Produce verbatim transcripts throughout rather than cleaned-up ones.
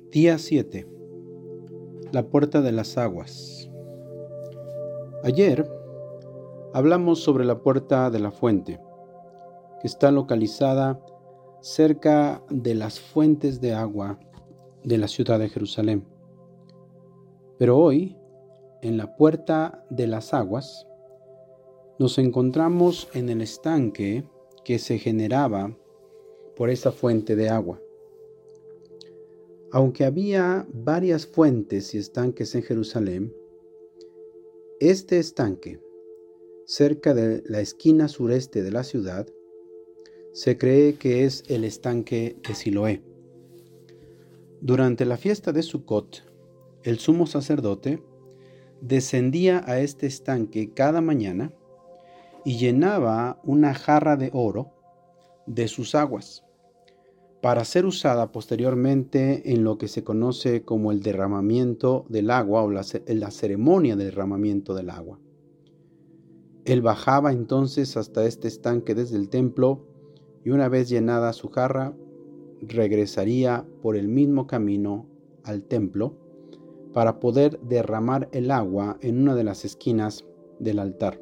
Día siete. La puerta de las aguas. Ayer hablamos sobre la puerta de la fuente, que está localizada cerca de las fuentes de agua de la ciudad de Jerusalén. Pero hoy, en la puerta de las aguas, nos encontramos en el estanque que se generaba por esa fuente de agua. Aunque había varias fuentes y estanques en Jerusalén, este estanque, cerca de la esquina sureste de la ciudad, se cree que es el estanque de Siloé. Durante la fiesta de Sucot, el sumo sacerdote descendía a este estanque cada mañana y llenaba una jarra de oro de sus aguas, para ser usada posteriormente en lo que se conoce como el derramamiento del agua o la, la ceremonia del derramamiento del agua. Él bajaba entonces hasta este estanque desde el templo y una vez llenada su jarra, regresaría por el mismo camino al templo para poder derramar el agua en una de las esquinas del altar.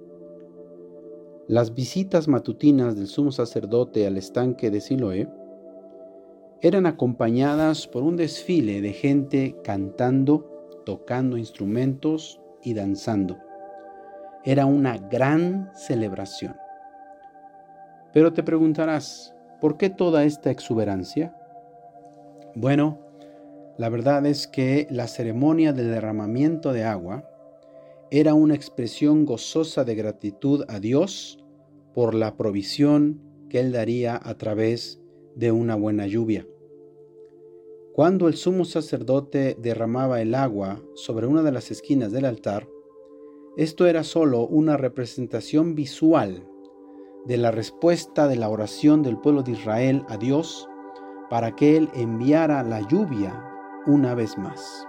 Las visitas matutinas del sumo sacerdote al estanque de Siloé eran acompañadas por un desfile de gente cantando, tocando instrumentos y danzando. Era una gran celebración. Pero te preguntarás, ¿por qué toda esta exuberancia? Bueno, la verdad es que la ceremonia del derramamiento de agua era una expresión gozosa de gratitud a Dios por la provisión que Él daría a través de una buena lluvia. Cuando el sumo sacerdote derramaba el agua sobre una de las esquinas del altar, esto era solo una representación visual de la respuesta de la oración del pueblo de Israel a Dios para que Él enviara la lluvia una vez más.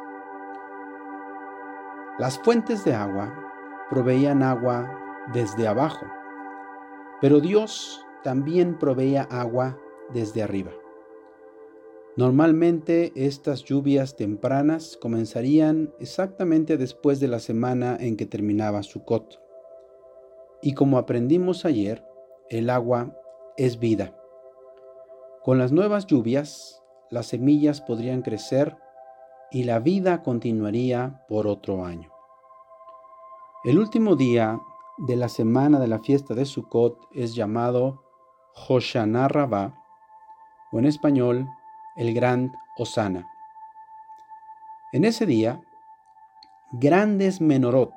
Las fuentes de agua proveían agua desde abajo, pero Dios también proveía agua desde arriba. Normalmente estas lluvias tempranas comenzarían exactamente después de la semana en que terminaba Sucot. Y como aprendimos ayer, el agua es vida. Con las nuevas lluvias, las semillas podrían crecer y la vida continuaría por otro año. El último día de la semana de la fiesta de Sucot es llamado Hoshana Rabbah, o en español, el gran Hosana. En ese día, grandes menorot,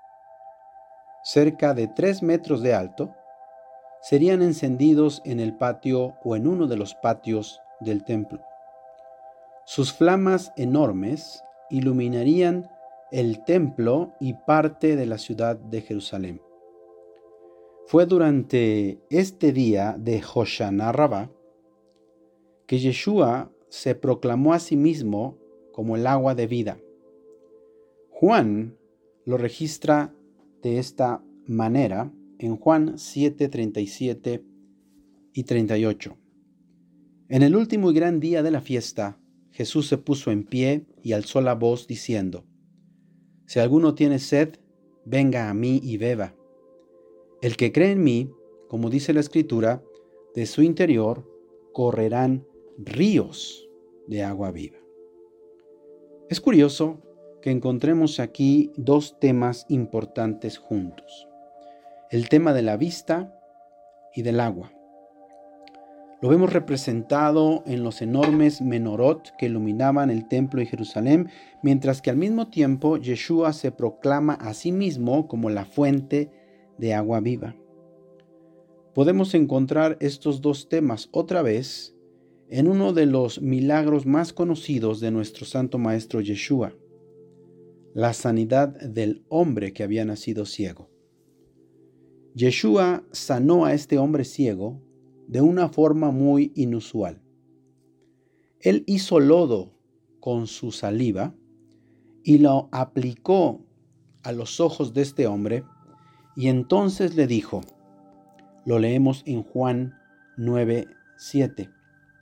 cerca de tres metros de alto, serían encendidos en el patio o en uno de los patios del templo. Sus flamas enormes iluminarían el templo y parte de la ciudad de Jerusalén. Fue durante este día de Hoshana Rabbah que Yeshua se proclamó a sí mismo como el agua de vida. Juan lo registra de esta manera en Juan siete, treinta y siete y treinta y ocho. En el último y gran día de la fiesta, Jesús se puso en pie y alzó la voz diciendo: Si alguno tiene sed, venga a mí y beba. El que cree en mí, como dice la Escritura, de su interior correrán ríos de agua viva. Es curioso que encontremos aquí dos temas importantes juntos: el tema de la vista y del agua. Lo vemos representado en los enormes menorot que iluminaban el templo de Jerusalén, mientras que al mismo tiempo Yeshua se proclama a sí mismo como la fuente de agua viva. Podemos encontrar estos dos temas otra vez en uno de los milagros más conocidos de nuestro Santo Maestro Yeshua, la sanidad del hombre que había nacido ciego. Yeshua sanó a este hombre ciego de una forma muy inusual. Él hizo lodo con su saliva y lo aplicó a los ojos de este hombre y entonces le dijo, lo leemos en Juan nueve, siete.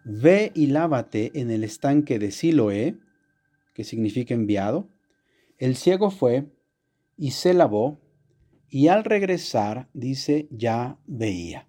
ve y lávate en el estanque de Siloé, que significa enviado. El ciego fue y se lavó, y al regresar, dice, ya veía.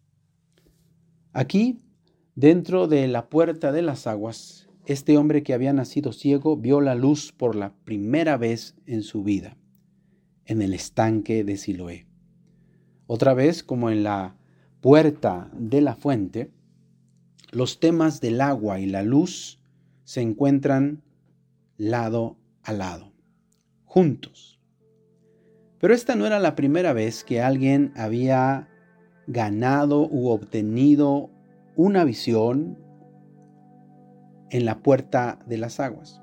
Aquí, dentro de la puerta de las aguas, este hombre que había nacido ciego vio la luz por la primera vez en su vida, en el estanque de Siloé. Otra vez, como en la puerta de la fuente, los temas del agua y la luz se encuentran lado a lado, juntos. Pero esta no era la primera vez que alguien había ganado u obtenido una visión en la puerta de las aguas.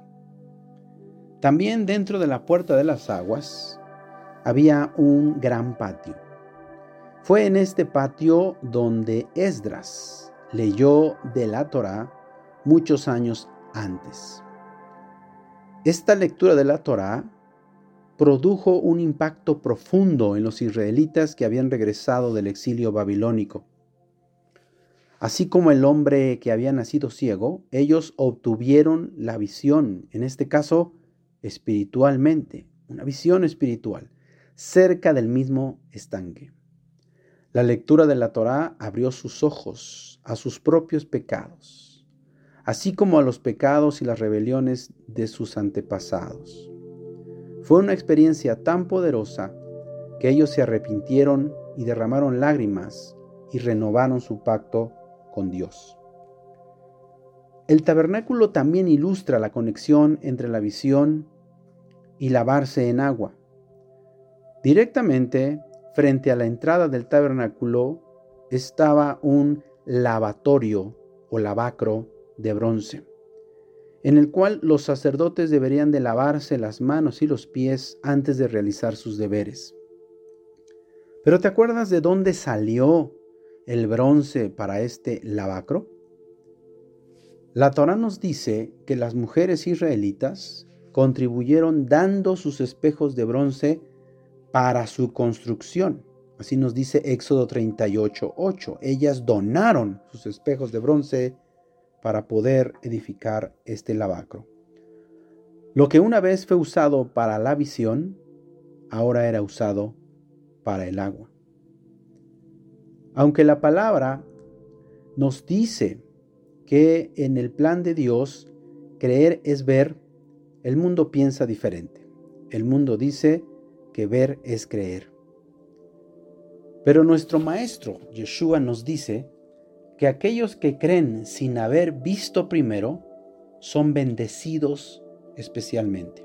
También dentro de la puerta de las aguas había un gran patio. Fue en este patio donde Esdras leyó de la Torá muchos años antes. Esta lectura de la Torá produjo un impacto profundo en los israelitas que habían regresado del exilio babilónico. Así como el hombre que había nacido ciego, ellos obtuvieron la visión, en este caso espiritualmente, una visión espiritual, cerca del mismo estanque. La lectura de la Torá abrió sus ojos a sus propios pecados, así como a los pecados y las rebeliones de sus antepasados. Fue una experiencia tan poderosa que ellos se arrepintieron y derramaron lágrimas y renovaron su pacto con Dios. El tabernáculo también ilustra la conexión entre la visión y lavarse en agua. Directamente frente a la entrada del tabernáculo estaba un lavatorio o lavacro de bronce, en el cual los sacerdotes deberían de lavarse las manos y los pies antes de realizar sus deberes. ¿Pero te acuerdas de dónde salió el bronce para este lavacro? La Torá nos dice que las mujeres israelitas contribuyeron dando sus espejos de bronce para su construcción. Así nos dice Éxodo treinta y ocho, ocho. Ellas donaron sus espejos de bronce para poder edificar este lavacro. Lo que una vez fue usado para la visión, ahora era usado para el agua. Aunque la palabra nos dice que en el plan de Dios creer es ver, el mundo piensa diferente. El mundo dice que ver es creer. Pero nuestro maestro, Yeshua, nos dice que aquellos que creen sin haber visto primero son bendecidos especialmente.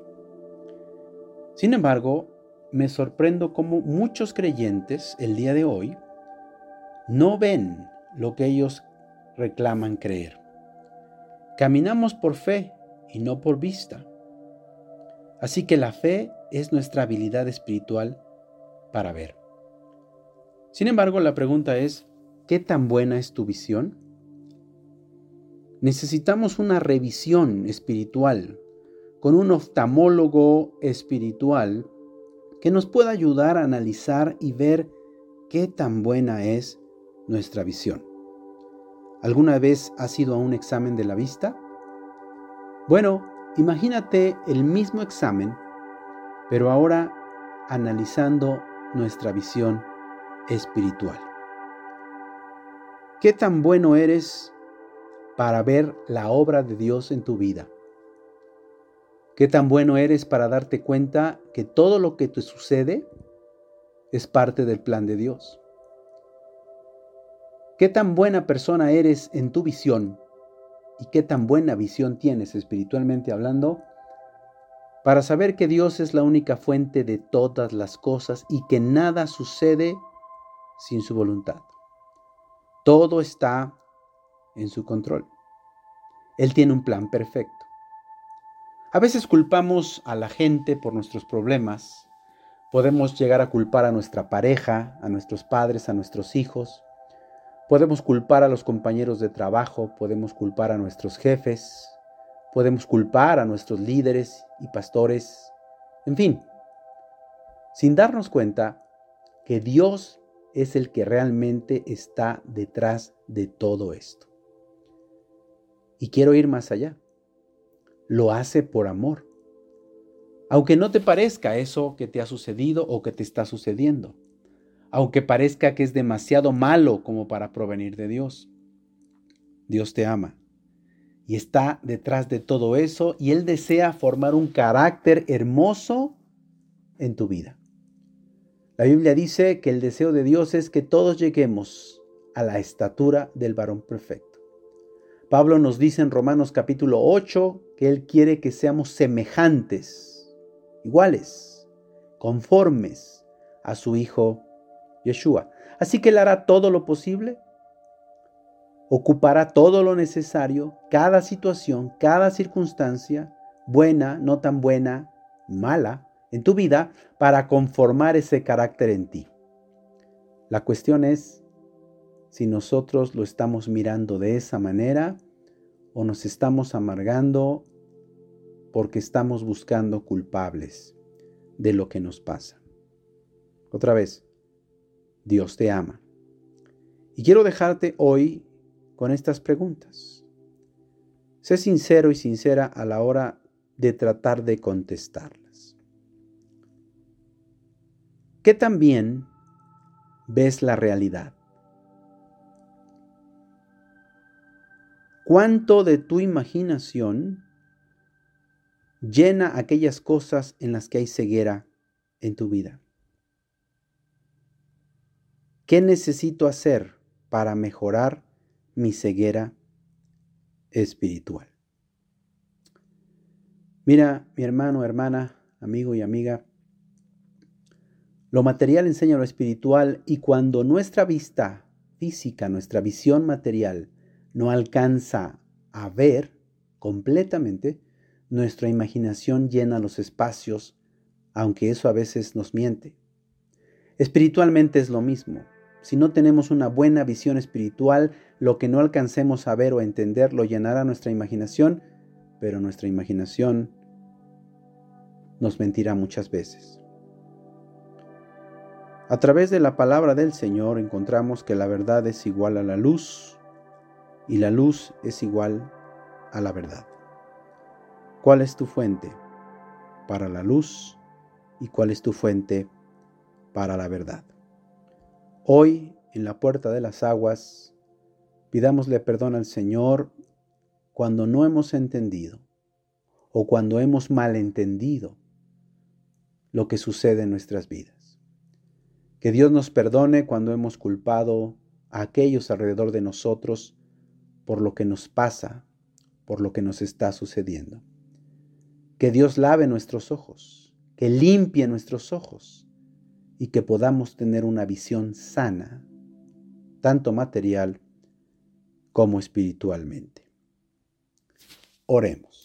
Sin embargo, me sorprendo cómo muchos creyentes el día de hoy no ven lo que ellos reclaman creer. Caminamos por fe y no por vista. Así que la fe es nuestra habilidad espiritual para ver. Sin embargo, la pregunta es, ¿qué tan buena es tu visión? Necesitamos una revisión espiritual con un oftalmólogo espiritual que nos pueda ayudar a analizar y ver qué tan buena es nuestra visión. ¿Alguna vez has ido a un examen de la vista? Bueno, imagínate el mismo examen, pero ahora analizando nuestra visión espiritual. ¿Qué tan bueno eres para ver la obra de Dios en tu vida? ¿Qué tan bueno eres para darte cuenta que todo lo que te sucede es parte del plan de Dios? ¿Qué tan buena persona eres en tu visión y qué tan buena visión tienes espiritualmente hablando para saber que Dios es la única fuente de todas las cosas y que nada sucede sin su voluntad? Todo está en su control. Él tiene un plan perfecto. A veces culpamos a la gente por nuestros problemas. Podemos llegar a culpar a nuestra pareja, a nuestros padres, a nuestros hijos. Podemos culpar a los compañeros de trabajo, podemos culpar a nuestros jefes, podemos culpar a nuestros líderes y pastores, en fin, sin darnos cuenta que Dios es el que realmente está detrás de todo esto. Y quiero ir más allá. Lo hace por amor. Aunque no te parezca eso que te ha sucedido o que te está sucediendo. Aunque parezca que es demasiado malo como para provenir de Dios. Dios te ama. Y está detrás de todo eso y Él desea formar un carácter hermoso en tu vida. La Biblia dice que el deseo de Dios es que todos lleguemos a la estatura del varón perfecto. Pablo nos dice en Romanos capítulo ocho que Él quiere que seamos semejantes, iguales, conformes a su Hijo Yeshua. Así que Él hará todo lo posible, ocupará todo lo necesario, cada situación, cada circunstancia, buena, no tan buena, mala, en tu vida, para conformar ese carácter en ti. La cuestión es si nosotros lo estamos mirando de esa manera o nos estamos amargando porque estamos buscando culpables de lo que nos pasa. Otra vez, Dios te ama. Y quiero dejarte hoy con estas preguntas. Sé sincero y sincera a la hora de tratar de contestarlas. ¿Qué tan bien ves la realidad? ¿Cuánto de tu imaginación llena aquellas cosas en las que hay ceguera en tu vida? ¿Qué necesito hacer para mejorar mi ceguera espiritual? Mira, mi hermano, hermana, amigo y amiga, lo material enseña lo espiritual y cuando nuestra vista física, nuestra visión material no alcanza a ver completamente, nuestra imaginación llena los espacios, aunque eso a veces nos miente. Espiritualmente es lo mismo. Si no tenemos una buena visión espiritual, lo que no alcancemos a ver o entender lo llenará nuestra imaginación, pero nuestra imaginación nos mentirá muchas veces. A través de la palabra del Señor encontramos que la verdad es igual a la luz y la luz es igual a la verdad. ¿Cuál es tu fuente para la luz y cuál es tu fuente para la verdad? Hoy, en la puerta de las aguas, pidámosle perdón al Señor cuando no hemos entendido o cuando hemos malentendido lo que sucede en nuestras vidas. Que Dios nos perdone cuando hemos culpado a aquellos alrededor de nosotros por lo que nos pasa, por lo que nos está sucediendo. Que Dios lave nuestros ojos, que limpie nuestros ojos y que podamos tener una visión sana, tanto material como espiritualmente. Oremos.